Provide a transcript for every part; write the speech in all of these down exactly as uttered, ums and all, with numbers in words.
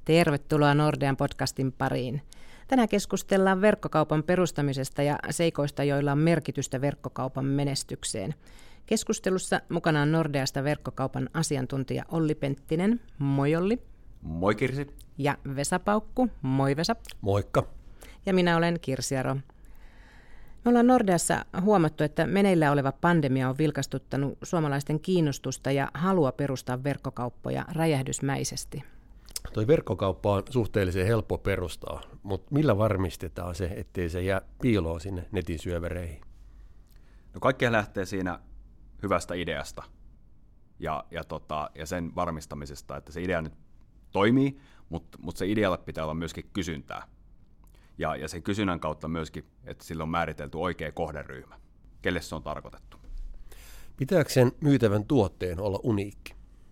Tervetuloa Nordean podcastin pariin. Tänään keskustellaan verkkokaupan perustamisesta ja seikoista, joilla on merkitystä verkkokaupan menestykseen. Keskustelussa mukana on Nordeasta verkkokaupan asiantuntija Olli Penttinen. Moi Olli. Moi Kirsi. Ja Vesa Paukku. Moi Vesa. Moikka. Ja minä olen Kirsi Aro. Me ollaan Nordeassa huomattu, että meneillä oleva pandemia on vilkastuttanut suomalaisten kiinnostusta ja halua perustaa verkkokauppoja räjähdysmäisesti. Toi verkkokauppa on suhteellisen helppo perustaa, mutta millä varmistetaan se, ettei se jää piiloon sinne netin syövereihin? No kaikki lähtee siinä hyvästä ideasta ja, ja, tota, ja sen varmistamisesta, että se idea nyt toimii, mutta, mutta se idealle pitää olla myöskin kysyntää. Ja, ja sen kysynnän kautta myöskin, että sillä on määritelty oikea kohderyhmä, kelle se on tarkoitettu. Pitääkö sen myytävän tuotteen olla uniikki?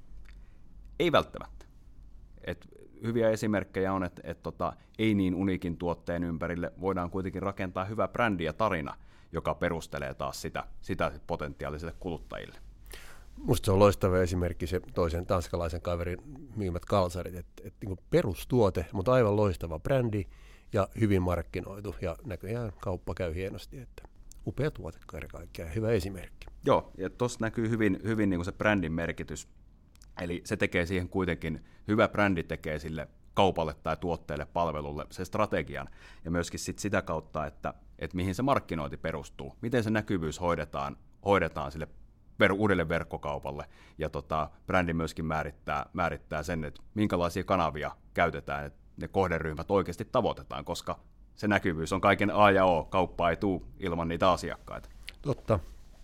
Ei välttämättä. Et hyviä esimerkkejä on, että et tota, ei niin uniikin tuotteen ympärille voidaan kuitenkin rakentaa hyvä brändi ja tarina, joka perustelee taas sitä, sitä potentiaalisille kuluttajille. Musta se on loistava esimerkki se toisen tanskalaisen kaverin myymät kalsarit, että et, niin perustuote, mutta aivan loistava brändi ja hyvin markkinoitu ja näköjään kauppa käy hienosti, että upea tuote kaikkea, hyvä esimerkki. Joo, ja tuossa näkyy hyvin, hyvin niin kuin se brändin merkitys. Eli se tekee siihen kuitenkin, hyvä brändi tekee sille kaupalle tai tuotteelle, palvelulle se strategian ja myöskin sit sitä kautta, että, että mihin se markkinointi perustuu, miten se näkyvyys hoidetaan, hoidetaan sille ver- uudelle verkkokaupalle ja tota, brändi myöskin määrittää, määrittää sen, että minkälaisia kanavia käytetään, että ne kohderyhmät oikeasti tavoitetaan, koska se näkyvyys on kaiken A ja O, kauppa ei tule ilman niitä asiakkaita. Totta.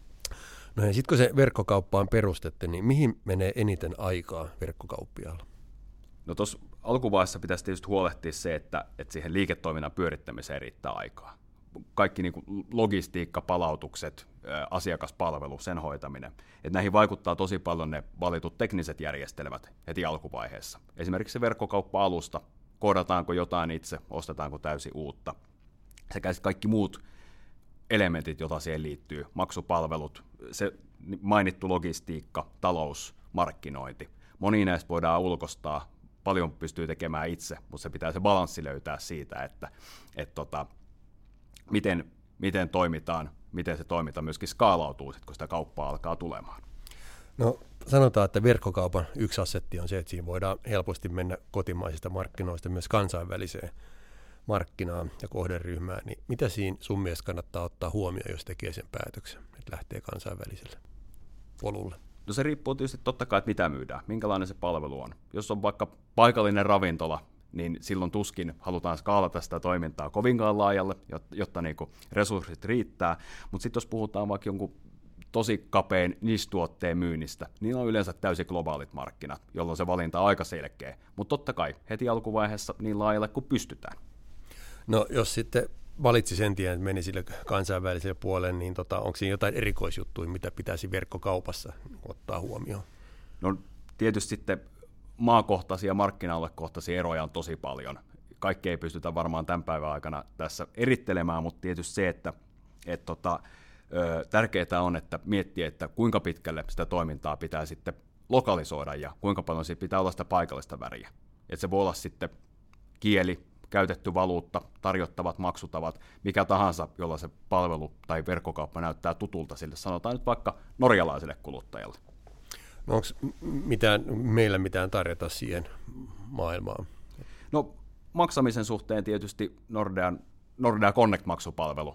No ja sitten kun se verkkokauppa on perustettu, niin mihin menee eniten aikaa verkkokauppiaalla? No tuossa alkuvaiheessa pitäisi tietysti huolehtia se, että, että siihen liiketoiminnan pyörittämiseen riittää aikaa. Kaikki niin kuin logistiikka, palautukset, asiakaspalvelu, sen hoitaminen. Että näihin vaikuttaa tosi paljon ne valitut tekniset järjestelmät heti alkuvaiheessa. Esimerkiksi se verkkokauppa-alusta, koodataanko jotain itse, ostetaanko täysin uutta. Sekä kaikki muut elementit, joita siihen liittyy, maksupalvelut, se mainittu logistiikka, talous, markkinointi. Moni näistä voidaan ulkoistaa, paljon pystyy tekemään itse, mutta se pitää se balanssi löytää siitä, että et tota, miten, miten toimitaan, miten se toiminta myöskin skaalautuu, sit, kun sitä kauppaa alkaa tulemaan. No sanotaan, että verkkokaupan yksi assetti on se, että siinä voidaan helposti mennä kotimaisista markkinoista myös kansainväliseen markkinaan ja kohderyhmään, niin mitä siinä sun mielestä kannattaa ottaa huomioon, jos tekee sen päätöksen, että lähtee kansainväliselle polulle? No se riippuu tietysti totta kai, että mitä myydään, minkälainen se palvelu on. Jos on vaikka paikallinen ravintola, niin silloin tuskin halutaan skaalata sitä toimintaa kovinkaan laajalle, jotta, jotta niin kuin resurssit riittää, mutta sitten jos puhutaan vaikka jonkun tosi kapean niche-tuotteen myynnistä, niin on yleensä täysin globaalit markkinat, jolloin se valinta on aika selkeä, mutta totta kai heti alkuvaiheessa niin laajalle kuin pystytään. No jos sitten valitsi sen tien, että meni sille kansainväliselle puolelle, niin tota, onko siinä jotain erikoisjuttuja, mitä pitäisi verkkokaupassa ottaa huomioon? No tietysti sitten maakohtaisia ja markkina-aluekohtaisia eroja on tosi paljon. Kaikki ei pystytä varmaan tämän päivän aikana tässä erittelemään, mutta tietysti se, että et tota, ö, tärkeää on, että miettiä, että kuinka pitkälle sitä toimintaa pitää sitten lokalisoida ja kuinka paljon siitä pitää olla sitä paikallista väriä. Että se voi olla sitten kieli, käytetty valuutta, tarjottavat maksutavat, mikä tahansa, jolla se palvelu tai verkkokauppa näyttää tutulta sille, sanotaan nyt vaikka norjalaiselle kuluttajalle. No onko mitään, meillä mitään tarjota siihen maailmaan? No maksamisen suhteen tietysti Nordean, Nordea Connect-maksupalvelu,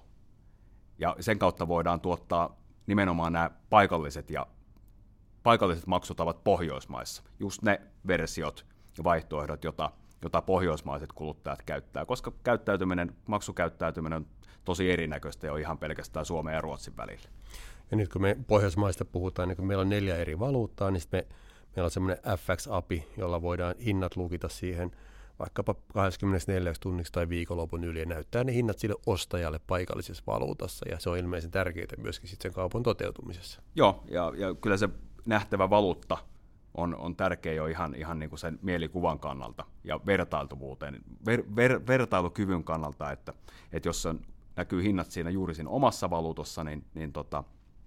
ja sen kautta voidaan tuottaa nimenomaan nämä paikalliset ja paikalliset maksutavat Pohjoismaissa, just ne versiot ja vaihtoehdot, joita jota pohjoismaiset kuluttajat käyttää, koska käyttäytyminen, maksukäyttäytyminen on tosi erinäköistä jo ihan pelkästään Suomen ja Ruotsin välillä. Ja nyt kun me Pohjoismaista puhutaan, niin kun meillä on neljä eri valuuttaa, niin me, meillä on semmoinen F X-A P I, jolla voidaan hinnat lukita siihen vaikkapa kaksikymmentäneljä tunniksi tai viikonlopun yli ja näyttää ne hinnat sille ostajalle paikallisessa valuutassa, ja se on ilmeisen tärkeää myöskin sitten sen kaupan toteutumisessa. Joo, ja, ja kyllä se nähtävä valuutta on, on tärkeä jo ihan, ihan niin kuin sen mielikuvan kannalta ja vertailtuvuuteen, ver, ver, vertailukyvyn kannalta, että, että jos on, näkyy hinnat siinä juuri siinä omassa valuutassa, niin, niin tota,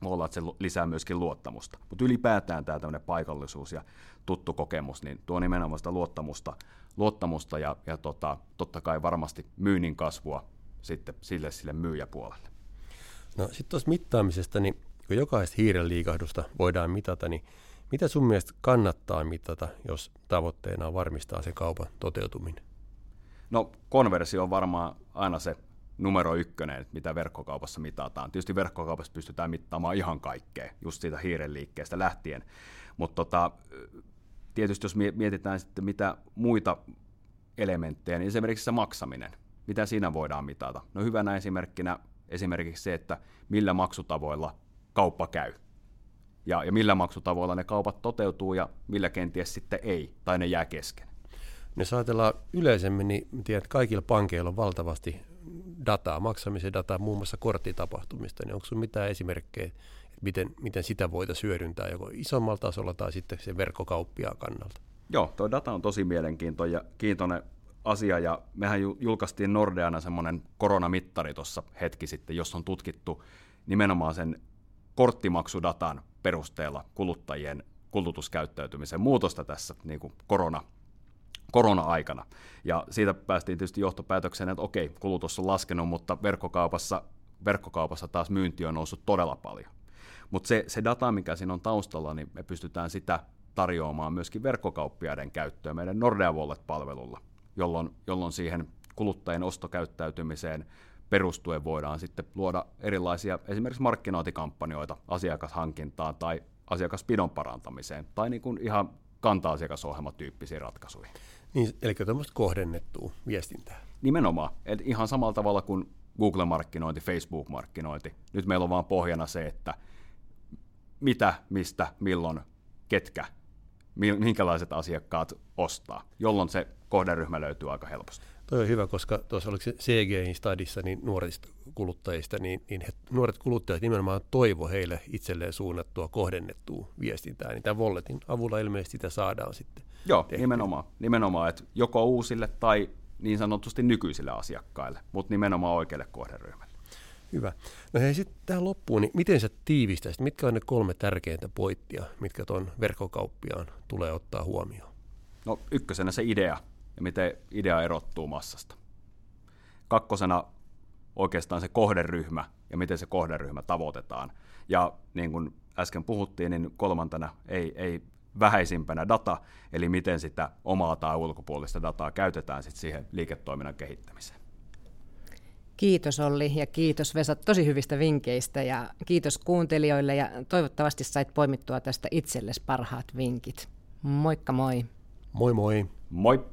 voi olla, että se lisää myöskin luottamusta. Mutta ylipäätään tämä tämmöinen paikallisuus ja tuttu kokemus, niin tuo nimenomaan sitä luottamusta, luottamusta ja, ja tota, totta kai varmasti myynnin kasvua sitten sille, sille myyjäpuolelle. No sitten tuossa mittaamisesta, niin kun jokaista hiiren liikahdusta voidaan mitata, niin mitä sun mielestä kannattaa mitata, jos tavoitteena on varmistaa se kaupan toteutuminen? No konversio on varmaan aina se numero ykkönen, mitä verkkokaupassa mitataan. Tietysti verkkokaupassa pystytään mittaamaan ihan kaikkea, just siitä hiiren liikkeestä lähtien. Mutta tota, tietysti jos mietitään sitten mitä muita elementtejä, niin esimerkiksi se maksaminen. Mitä siinä voidaan mitata? No hyvänä esimerkkinä esimerkiksi se, että millä maksutavoilla kauppa käy. Ja, ja millä maksutavoilla ne kaupat toteutuu ja millä kenties sitten ei, tai ne jää kesken. Jos ajatellaan yleisemmin, niin tiedät, että kaikilla pankeilla on valtavasti dataa, maksamisen dataa, muun muassa korttitapahtumista, niin onko sinulla mitään esimerkkejä, että miten, miten sitä voitaisiin hyödyntää joko isommalla tasolla tai sitten sen verkkokauppiaan kannalta? Joo, tuo data on tosi mielenkiintoinen ja kiintoinen asia, ja mehän julkaistiin Nordeana semmoinen koronamittari tuossa hetki sitten, jossa on tutkittu nimenomaan sen korttimaksudatan perusteella kuluttajien kulutuskäyttäytymisen muutosta tässä niin kuin korona korona-aikana. Ja siitä päästiin tietysti johtopäätökseen, että okei, kulutus on laskenut, mutta verkkokaupassa, verkkokaupassa taas myynti on noussut todella paljon. Mutta se, se data, mikä siinä on taustalla, niin me pystytään sitä tarjoamaan myöskin verkkokauppiaiden käyttöön meidän Nordea Wallet-palvelulla, jolloin, jolloin siihen kuluttajien ostokäyttäytymiseen perustuen voidaan sitten luoda erilaisia esimerkiksi markkinointikampanjoita asiakashankintaan tai asiakaspidon parantamiseen tai niin kuin ihan kanta-asiakasohjelmatyyppisiä ratkaisuja. Niin, eli tämmöistä kohdennettua viestintää. Nimenomaan. Et ihan samalla tavalla kuin Google-markkinointi, Facebook-markkinointi. Nyt meillä on vaan pohjana se, että mitä, mistä, milloin, ketkä, minkälaiset asiakkaat ostaa, jolloin se kohderyhmä löytyy aika helposti. Toi on hyvä, koska tuossa oliko se C G-stadissa niin nuorista kuluttajista, niin, niin he, nuoret kuluttajat nimenomaan toivo heille itselleen suunnattua kohdennettua viestintää, niin tämän Walletin avulla ilmeisesti sitä saadaan sitten. Joo, tehtyä. nimenomaan, nimenomaan, että joko uusille tai niin sanotusti nykyisille asiakkaille, mutta nimenomaan oikealle kohderyhmälle. Hyvä. No hei, sitten tähän loppuun, niin miten sä tiivistäisit, mitkä on ne kolme tärkeintä pointtia, mitkä tuon verkkokauppiaan tulee ottaa huomioon? No ykkösenä se idea ja miten idea erottuu massasta. Kakkosena oikeastaan se kohderyhmä ja miten se kohderyhmä tavoitetaan. Ja niin kuin äsken puhuttiin, niin kolmantena ei, ei vähäisimpänä data, eli miten sitä omaa tai ulkopuolista dataa käytetään sit siihen liiketoiminnan kehittämiseen. Kiitos Olli ja kiitos Vesa tosi hyvistä vinkkeistä ja kiitos kuuntelijoille ja toivottavasti sait poimittua tästä itsellesi parhaat vinkit. Moikka moi! Moi moi! Moi!